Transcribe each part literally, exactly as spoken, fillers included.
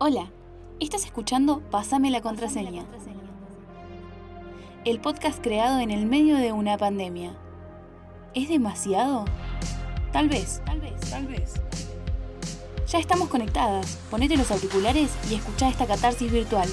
Hola, estás escuchando Pásame la contraseña, el podcast creado en el medio de una pandemia. ¿Es demasiado? Tal vez, tal vez, tal vez. Ya estamos conectadas, ponete los auriculares y escuchá esta catarsis virtual.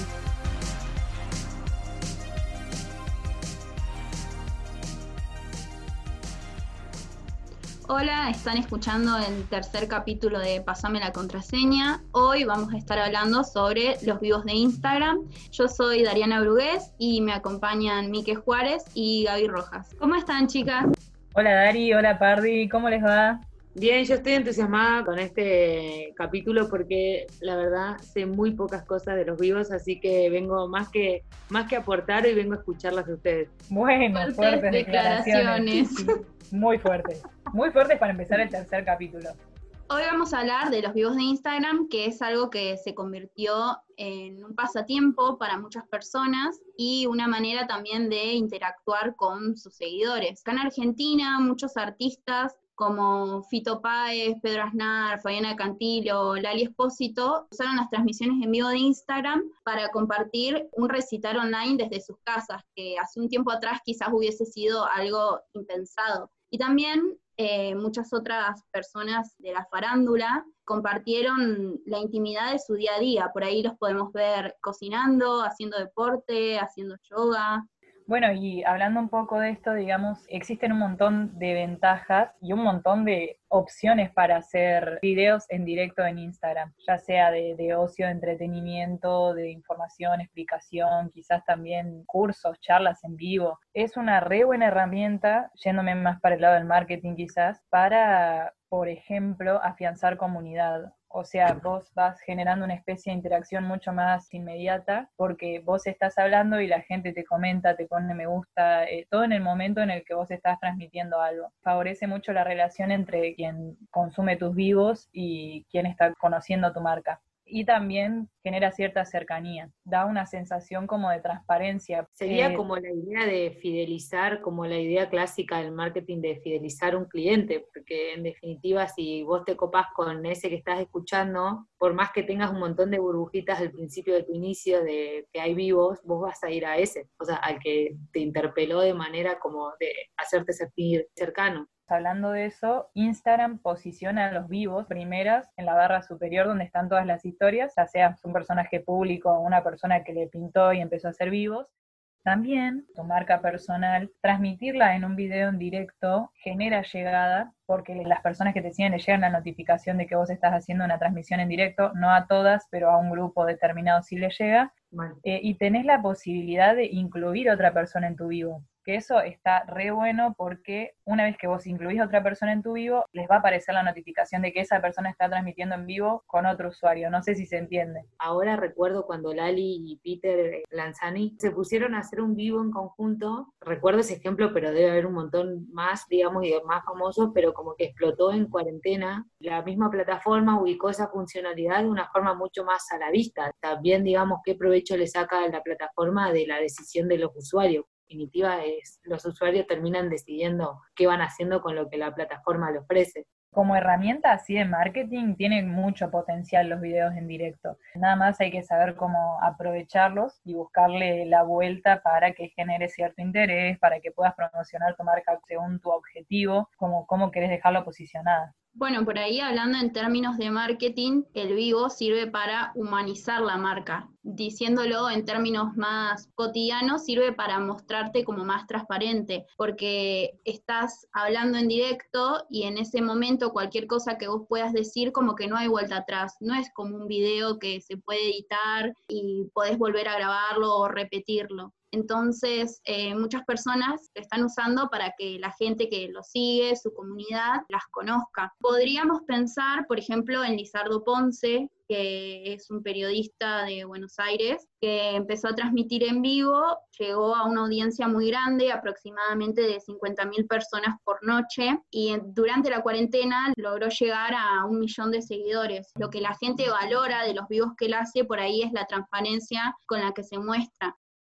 Hola, están escuchando el tercer capítulo de Pásame la contraseña. Hoy vamos a estar hablando sobre los vivos de Instagram. Yo soy Dariana Brugués y me acompañan Mique Juárez y Gaby Rojas. ¿Cómo están, chicas? Hola Dari, hola Pardi, ¿cómo les va? Bien, yo estoy entusiasmada con este capítulo porque la verdad sé muy pocas cosas de los vivos, así que vengo más que más que aportar y vengo a escucharlas de ustedes. Bueno, Fuertes fuertes declaraciones. declaraciones. Sí, sí, muy fuertes. Muy fuertes para empezar el tercer capítulo. Hoy vamos a hablar de los vivos de Instagram, que es algo que se convirtió en un pasatiempo para muchas personas y una manera también de interactuar con sus seguidores. Acá en Argentina, muchos artistas como Fito Páez, Pedro Aznar, Fabiana Cantilo, Lali Espósito, usaron las transmisiones en vivo de Instagram para compartir un recital online desde sus casas, que hace un tiempo atrás quizás hubiese sido algo impensado. Y también eh, muchas otras personas de la farándula compartieron la intimidad de su día a día. Por ahí los podemos ver cocinando, haciendo deporte, haciendo yoga. Bueno, y hablando un poco de esto, digamos, existen un montón de ventajas y un montón de opciones para hacer videos en directo en Instagram, ya sea de, de ocio, de entretenimiento, de información, explicación, quizás también cursos, charlas en vivo. Es una re buena herramienta, yéndome más para el lado del marketing quizás, para, por ejemplo, afianzar comunidad. O sea, vos vas generando una especie de interacción mucho más inmediata porque vos estás hablando y la gente te comenta, te pone me gusta, eh, todo en el momento en el que vos estás transmitiendo algo. Favorece mucho la relación entre quien consume tus vivos y quien está conociendo tu marca. Y también genera cierta cercanía, da una sensación como de transparencia. Sería Eh, como la idea de fidelizar, como la idea clásica del marketing de fidelizar un cliente, porque en definitiva si vos te copás con ese que estás escuchando, por más que tengas un montón de burbujitas al principio de tu inicio de que hay vivos, vos vas a ir a ese, o sea, al que te interpeló de manera como de hacerte sentir cercano. Hablando de eso, Instagram posiciona a los vivos primeras en la barra superior donde están todas las historias, ya sea un personaje público o una persona que le pintó y empezó a hacer vivos. También tu marca personal, transmitirla en un video en directo genera llegada porque las personas que te siguen le llegan la notificación de que vos estás haciendo una transmisión en directo, no a todas, pero a un grupo determinado sí le llega. Bueno. Eh, y tenés la posibilidad de incluir a otra persona en tu vivo. Que eso está re bueno porque una vez que vos incluís a otra persona en tu vivo, les va a aparecer la notificación de que esa persona está transmitiendo en vivo con otro usuario. No sé si se entiende. Ahora recuerdo cuando Lali y Peter Lanzani se pusieron a hacer un vivo en conjunto. Recuerdo ese ejemplo, pero debe haber un montón más, digamos, y más famosos, pero como que explotó en cuarentena. La misma plataforma ubicó esa funcionalidad de una forma mucho más a la vista. También, digamos, qué provecho le saca la plataforma de la decisión de los usuarios. En definitiva, es, los usuarios terminan decidiendo qué van haciendo con lo que la plataforma le ofrece. Como herramienta así de marketing tienen mucho potencial los videos en directo. Nada más hay que saber cómo aprovecharlos y buscarle la vuelta para que genere cierto interés, para que puedas promocionar tu marca según tu objetivo, como cómo querés dejarlo posicionada. Bueno, por ahí hablando en términos de marketing, el vivo sirve para humanizar la marca. Diciéndolo en términos más cotidianos, sirve para mostrarte como más transparente, porque estás hablando en directo y en ese momento cualquier cosa que vos puedas decir como que no hay vuelta atrás. No es como un video que se puede editar y podés volver a grabarlo o repetirlo. Entonces, eh, muchas personas lo están usando para que la gente que lo sigue, su comunidad, las conozca. Podríamos pensar, por ejemplo, en Lizardo Ponce, que es un periodista de Buenos Aires, que empezó a transmitir en vivo, llegó a una audiencia muy grande, aproximadamente de cincuenta mil personas por noche, y durante la cuarentena logró llegar a un millón de seguidores. Lo que la gente valora de los vivos que él hace por ahí es la transparencia con la que se muestra.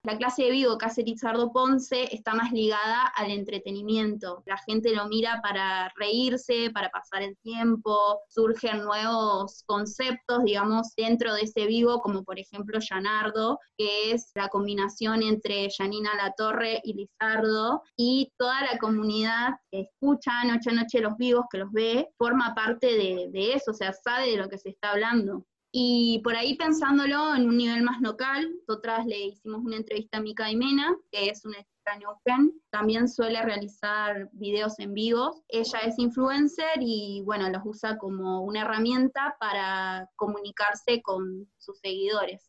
La clase de vivo que hace Lizardo Ponce está más ligada al entretenimiento. La gente lo mira para reírse, para pasar el tiempo, surgen nuevos conceptos, digamos, dentro de ese vivo, como por ejemplo Llanardo, que es la combinación entre Janina Latorre y Lizardo, y toda la comunidad que escucha noche a noche los vivos, que los ve, forma parte de, de eso, o sea, sabe de lo que se está hablando. Y por ahí pensándolo en un nivel más local, nosotras le hicimos una entrevista a Mica Imena, que es una chica Neuquén, también suele realizar videos en vivo. Ella es influencer y bueno, los usa como una herramienta para comunicarse con sus seguidores.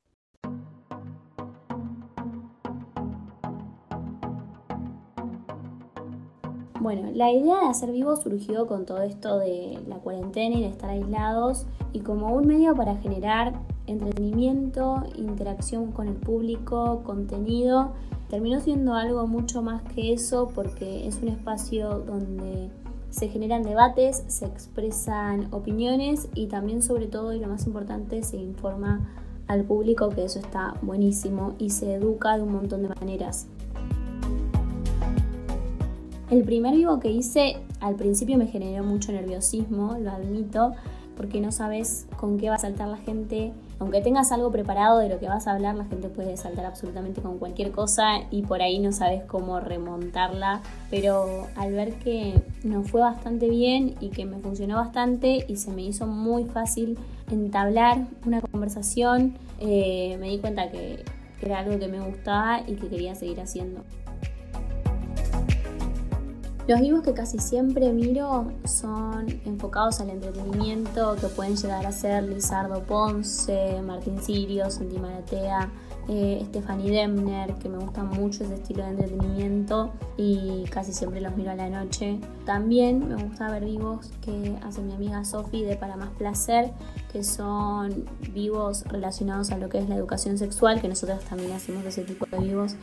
Bueno, la idea de hacer vivo surgió con todo esto de la cuarentena y de estar aislados, y como un medio para generar entretenimiento, interacción con el público, contenido. Terminó siendo algo mucho más que eso, porque es un espacio donde se generan debates, se expresan opiniones y también, sobre todo, y lo más importante, se informa al público, que eso está buenísimo, y se educa de un montón de maneras. El primer vivo que hice al principio me generó mucho nerviosismo, lo admito, porque no sabes con qué va a saltar la gente. Aunque tengas algo preparado de lo que vas a hablar, la gente puede saltar absolutamente con cualquier cosa y por ahí no sabes cómo remontarla. Pero al ver que nos fue bastante bien y que me funcionó bastante y se me hizo muy fácil entablar una conversación, eh, me di cuenta que era algo que me gustaba y que quería seguir haciendo. Los vivos que casi siempre miro son enfocados al entretenimiento, que pueden llegar a ser Lizardo Ponce, Martín Sirio, Santi Maratea, eh, Stephanie Demner, que me gusta mucho ese estilo de entretenimiento y casi siempre los miro a la noche. También me gusta ver vivos que hace mi amiga Sofi de Para Más Placer, que son vivos relacionados a lo que es la educación sexual, que nosotros también hacemos ese tipo de vivos.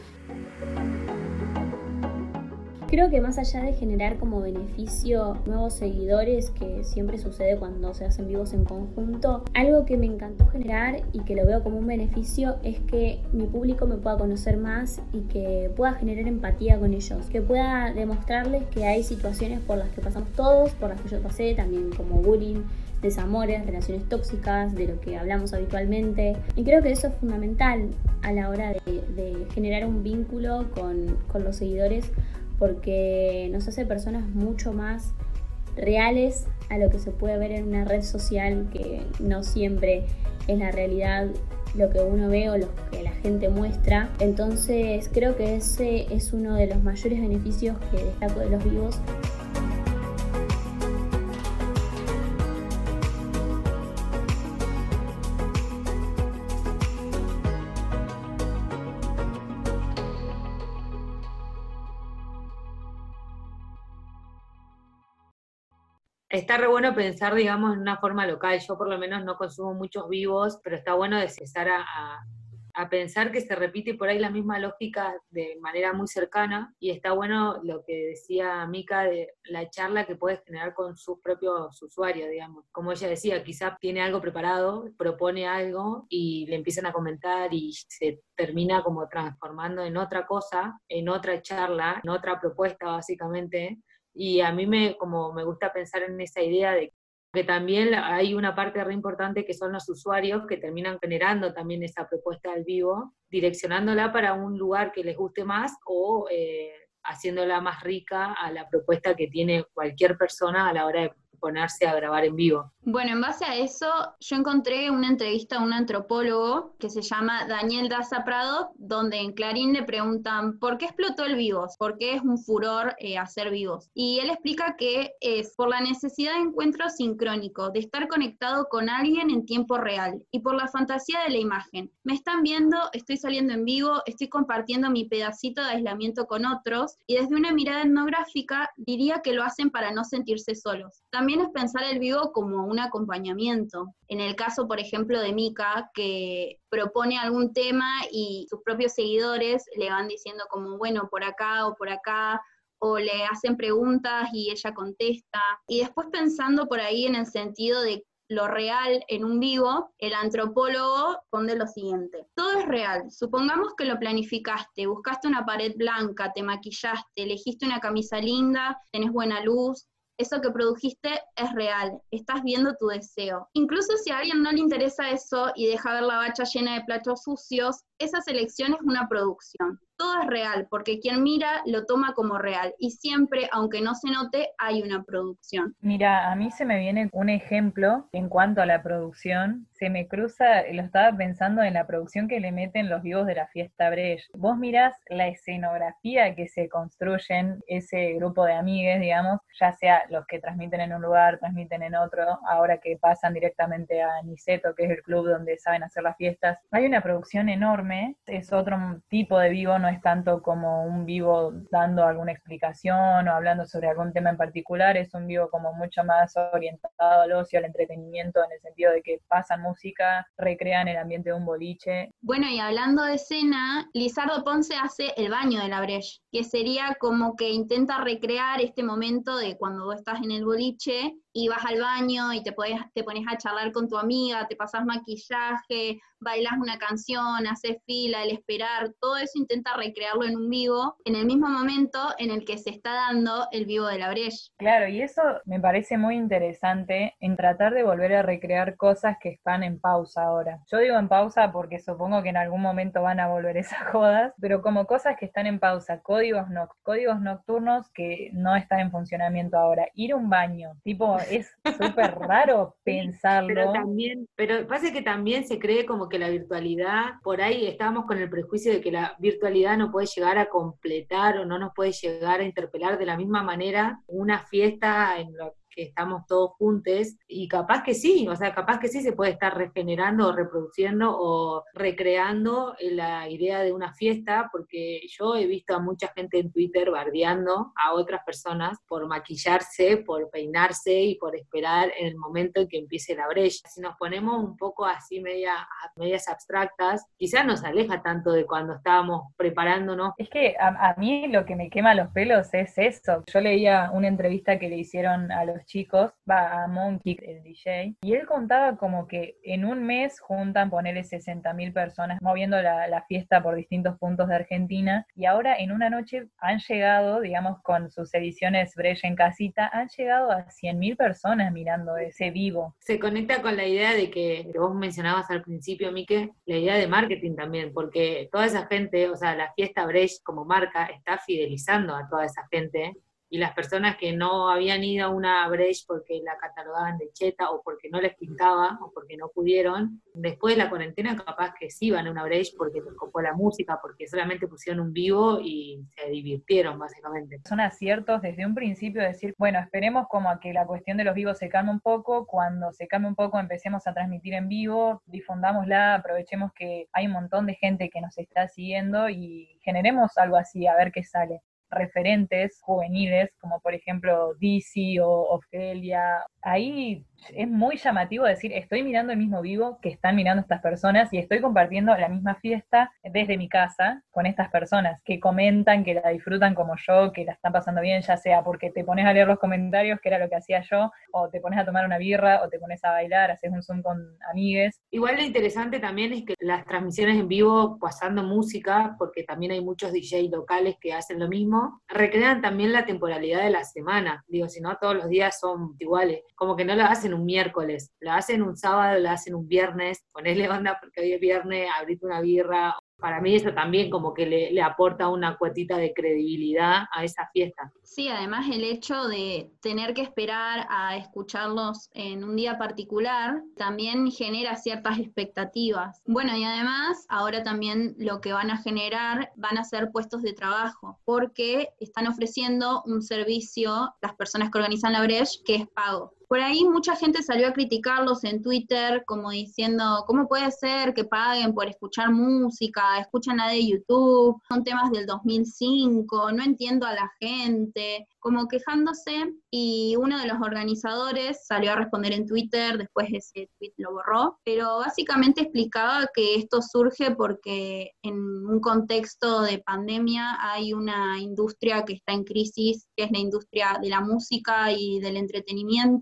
Creo que más allá de generar como beneficio nuevos seguidores, que siempre sucede cuando se hacen vivos en conjunto, algo que me encantó generar y que lo veo como un beneficio es que mi público me pueda conocer más y que pueda generar empatía con ellos, que pueda demostrarles que hay situaciones por las que pasamos todos, por las que yo pasé, también como bullying, desamores, relaciones tóxicas, de lo que hablamos habitualmente. Y creo que eso es fundamental a la hora de, de generar un vínculo con, con los seguidores, porque nos hace personas mucho más reales a lo que se puede ver en una red social, que no siempre es la realidad lo que uno ve o lo que la gente muestra. Entonces creo que ese es uno de los mayores beneficios que destaco de los vivos. Está re bueno pensar, digamos, en una forma local. Yo por lo menos no consumo muchos vivos, pero está bueno empezar a, a, a pensar que se repite por ahí la misma lógica de manera muy cercana, y está bueno lo que decía Mica de la charla que puedes generar con sus propios usuarios, digamos. Como ella decía, quizás tiene algo preparado, propone algo y le empiezan a comentar y se termina como transformando en otra cosa, en otra charla, en otra propuesta básicamente. Y a mí me, como me gusta pensar en esa idea de que también hay una parte re importante que son los usuarios, que terminan generando también esa propuesta al vivo, direccionándola para un lugar que les guste más o eh, haciéndola más rica a la propuesta que tiene cualquier persona a la hora de ponerse a grabar en vivo. Bueno, en base a eso, yo encontré una entrevista a un antropólogo que se llama Daniel Daza Prado, donde en Clarín le preguntan ¿por qué explotó el vivos? ¿Por qué es un furor eh, hacer vivos? Y él explica que es por la necesidad de encuentro sincrónico, de estar conectado con alguien en tiempo real, y por la fantasía de la imagen. Me están viendo, estoy saliendo en vivo, estoy compartiendo mi pedacito de aislamiento con otros, y desde una mirada etnográfica diría que lo hacen para no sentirse solos. También es pensar el vivo como un acompañamiento. En el caso, por ejemplo, de Mica, que propone algún tema y sus propios seguidores le van diciendo como, bueno, por acá o por acá, o le hacen preguntas y ella contesta. Y después pensando por ahí en el sentido de lo real en un vivo, el antropólogo pone lo siguiente: todo es real. Supongamos que lo planificaste, buscaste una pared blanca, te maquillaste, elegiste una camisa linda, tenés buena luz. Eso que produjiste es real, estás viendo tu deseo. Incluso si a alguien no le interesa eso y deja ver la bacha llena de platos sucios, esa selección es una producción. Todo es real, porque quien mira lo toma como real, y siempre, aunque no se note, hay una producción. Mira, a mí se me viene un ejemplo en cuanto a la producción. Se me cruza, lo estaba pensando en la producción que le meten los vivos de la fiesta Brecht. Vos mirás la escenografía que se construyen ese grupo de amigues, digamos, ya sea los que transmiten en un lugar, transmiten en otro, ahora que pasan directamente a Niceto, que es el club donde saben hacer las fiestas. Hay una producción enorme, es otro tipo de vivo, no es tanto como un vivo dando alguna explicación o hablando sobre algún tema en particular, es un vivo como mucho más orientado al ocio, al entretenimiento, en el sentido de que pasan música, recrean el ambiente de un boliche. Bueno, y hablando de escena, Lizardo Ponce hace El baño de la Brecht, que sería como que intenta recrear este momento de cuando vos estás en el boliche y vas al baño y te, podés, te pones a charlar con tu amiga, te pasás maquillaje, bailás una canción, haces fila, el esperar, todo eso intenta recrearlo en un vivo, en el mismo momento en el que se está dando el vivo de la Brecht. Claro, y eso me parece muy interesante en tratar de volver a recrear cosas que están en pausa ahora. Yo digo en pausa porque supongo que en algún momento van a volver esas jodas, pero como cosas que están en pausa, códigos, no, códigos nocturnos que no están en funcionamiento ahora. Ir a un baño, tipo, es súper raro pensarlo. Pero también, pero pasa que también se cree como que la virtualidad, por ahí estamos con el prejuicio de que la virtualidad no puede llegar a completar o no nos puede llegar a interpelar de la misma manera una fiesta en lo que estamos todos juntos, y capaz que sí, o sea, capaz que sí se puede estar regenerando o reproduciendo o recreando la idea de una fiesta, porque yo he visto a mucha gente en Twitter bardeando a otras personas por maquillarse, por peinarse y por esperar en el momento en que empiece la Brecht. Si nos ponemos un poco así media, medias abstractas, quizás nos aleja tanto de cuando estábamos preparándonos. Es que a, a mí lo que me quema los pelos es eso. Yo leía una entrevista que le hicieron a los chicos, va a Monkey, el D J, y él contaba como que en un mes juntan, ponerle sesenta mil personas moviendo la, la fiesta por distintos puntos de Argentina, y ahora en una noche han llegado, digamos, con sus ediciones Brecht en casita, han llegado a cien mil personas mirando ese vivo. Se conecta con la idea de que, que vos mencionabas al principio, Mike, la idea de marketing también, porque toda esa gente, o sea, la fiesta Brecht como marca está fidelizando a toda esa gente, y las personas que no habían ido a una Brecht porque la catalogaban de cheta o porque no les pintaba o porque no pudieron, después de la cuarentena capaz que sí van a una Brecht porque les copó la música, porque solamente pusieron un vivo y se divirtieron básicamente. Son aciertos desde un principio decir, bueno, esperemos como a que la cuestión de los vivos se calme un poco, cuando se calme un poco empecemos a transmitir en vivo, difundámosla, aprovechemos que hay un montón de gente que nos está siguiendo y generemos algo así, a ver qué sale. Referentes juveniles, como por ejemplo Dizzy o Ofelia, ahí es muy llamativo decir, estoy mirando el mismo vivo que están mirando estas personas y estoy compartiendo la misma fiesta desde mi casa con estas personas que comentan, que la disfrutan como yo, que la están pasando bien, ya sea porque te pones a leer los comentarios, que era lo que hacía yo, o te pones a tomar una birra, o te pones a bailar, haces un Zoom con amigues. Igual lo interesante también es que las transmisiones en vivo pasando música, porque también hay muchos D J locales que hacen lo mismo, recrean también la temporalidad de la semana. Digo, si no todos los días son iguales, como que no lo hacen un miércoles, lo hacen un sábado, lo hacen un viernes, ponele onda porque hoy es viernes, abrite una birra. Para mí eso también como que le, le aporta una cuotita de credibilidad a esa fiesta. Sí, además el hecho de tener que esperar a escucharlos en un día particular también genera ciertas expectativas. Bueno, y además ahora también lo que van a generar van a ser puestos de trabajo, porque están ofreciendo un servicio, las personas que organizan la Brecht, que es pago. Por ahí mucha gente salió a criticarlos en Twitter, como diciendo, ¿cómo puede ser que paguen por escuchar música? Escuchan la de YouTube, son temas del dos mil cinco, no entiendo a la gente, como quejándose, y uno de los organizadores salió a responder en Twitter, después ese tweet lo borró, pero básicamente explicaba que esto surge porque en un contexto de pandemia hay una industria que está en crisis, que es la industria de la música y del entretenimiento,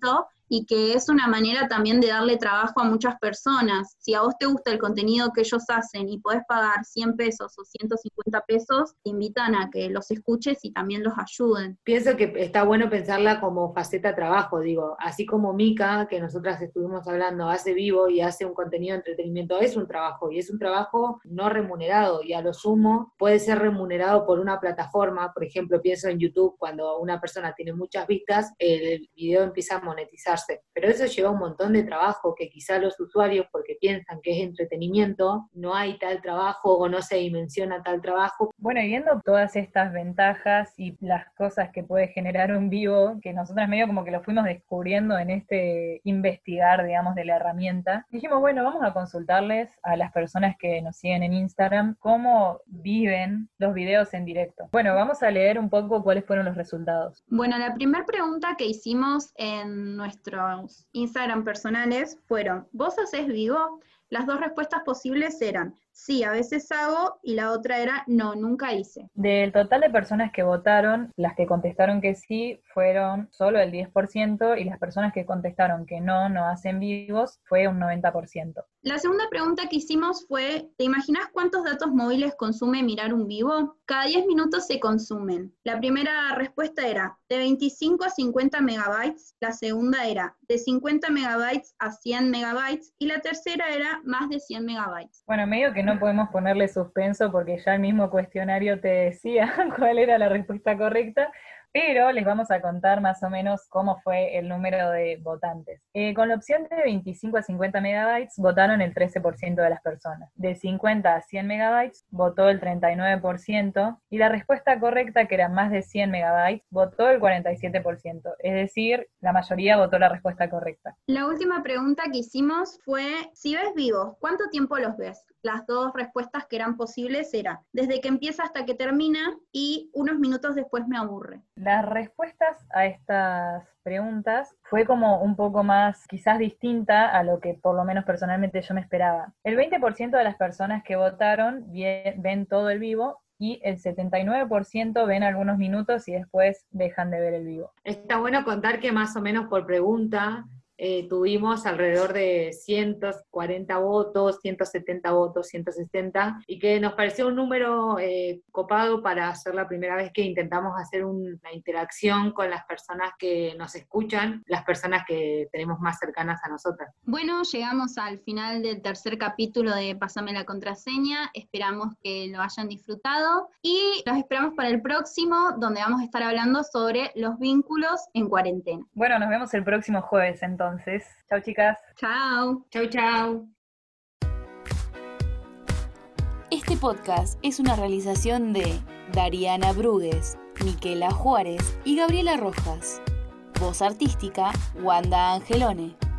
y que es una manera también de darle trabajo a muchas personas. Si a vos te gusta el contenido que ellos hacen y podés pagar cien pesos o ciento cincuenta pesos, te invitan a que los escuches y también los ayuden. Pienso que está bueno pensarla como faceta trabajo, digo, así como Mica, que nosotras estuvimos hablando, hace vivo y hace un contenido de entretenimiento, es un trabajo, y es un trabajo no remunerado, y a lo sumo puede ser remunerado por una plataforma. Por ejemplo, pienso en YouTube, cuando una persona tiene muchas vistas, el video empieza a monetizarse, pero eso lleva un montón de trabajo que quizá los usuarios, porque piensan que es entretenimiento, no hay tal trabajo o no se dimensiona tal trabajo. Bueno, y viendo todas estas ventajas y las cosas que puede generar un vivo, que nosotras medio como que lo fuimos descubriendo en este investigar, digamos, de la herramienta, dijimos, bueno, vamos a consultarles a las personas que nos siguen en Instagram cómo viven los videos en directo. Bueno, vamos a leer un poco cuáles fueron los resultados. Bueno, la primera pregunta que hicimos en nuestros Instagram personales fueron, ¿vos hacés vivo? Las dos respuestas posibles eran, sí, a veces hago, y la otra era, no, nunca hice. Del total de personas que votaron, las que contestaron que sí fueron solo el diez por ciento, y las personas que contestaron que no, no hacen vivos, fue un noventa por ciento. La segunda pregunta que hicimos fue, ¿te imaginas cuántos datos móviles consume mirar un vivo? Cada diez minutos se consumen. La primera respuesta era de veinticinco a cincuenta megabytes, la segunda era de cincuenta megabytes a cien megabytes, y la tercera era más de cien megabytes. Bueno, medio que no podemos ponerle suspenso porque ya el mismo cuestionario te decía cuál era la respuesta correcta, pero les vamos a contar más o menos cómo fue el número de votantes. Eh, con la opción de veinticinco a cincuenta megabytes votaron el trece por ciento de las personas. De cincuenta a cien megabytes votó el treinta y nueve por ciento y la respuesta correcta, que era más de cien megabytes, votó el cuarenta y siete por ciento. Es decir, la mayoría votó la respuesta correcta. La última pregunta que hicimos fue, si ves vivos, ¿cuánto tiempo los ves? Las dos respuestas que eran posibles eran, desde que empieza hasta que termina y unos minutos después me aburre. Las respuestas a estas preguntas fue como un poco más quizás distinta a lo que por lo menos personalmente yo me esperaba. El veinte por ciento de las personas que votaron ven todo el vivo y el setenta y nueve por ciento ven algunos minutos y después dejan de ver el vivo. Está bueno contar que más o menos por pregunta Eh, tuvimos alrededor de ciento cuarenta votos, ciento setenta votos, ciento sesenta, y que nos pareció un número eh, copado para hacer la primera vez que intentamos hacer un, una interacción con las personas que nos escuchan, las personas que tenemos más cercanas a nosotras. Bueno, llegamos al final del tercer capítulo de Pásame la contraseña, esperamos que lo hayan disfrutado y los esperamos para el próximo, donde vamos a estar hablando sobre los vínculos en cuarentena. Bueno, nos vemos el próximo jueves entonces. Entonces, chau chicas. Chao. Chau, chau. Este podcast es una realización de Dariana Brugues, Miquela Juárez y Gabriela Rojas. Voz artística, Wanda Angelone.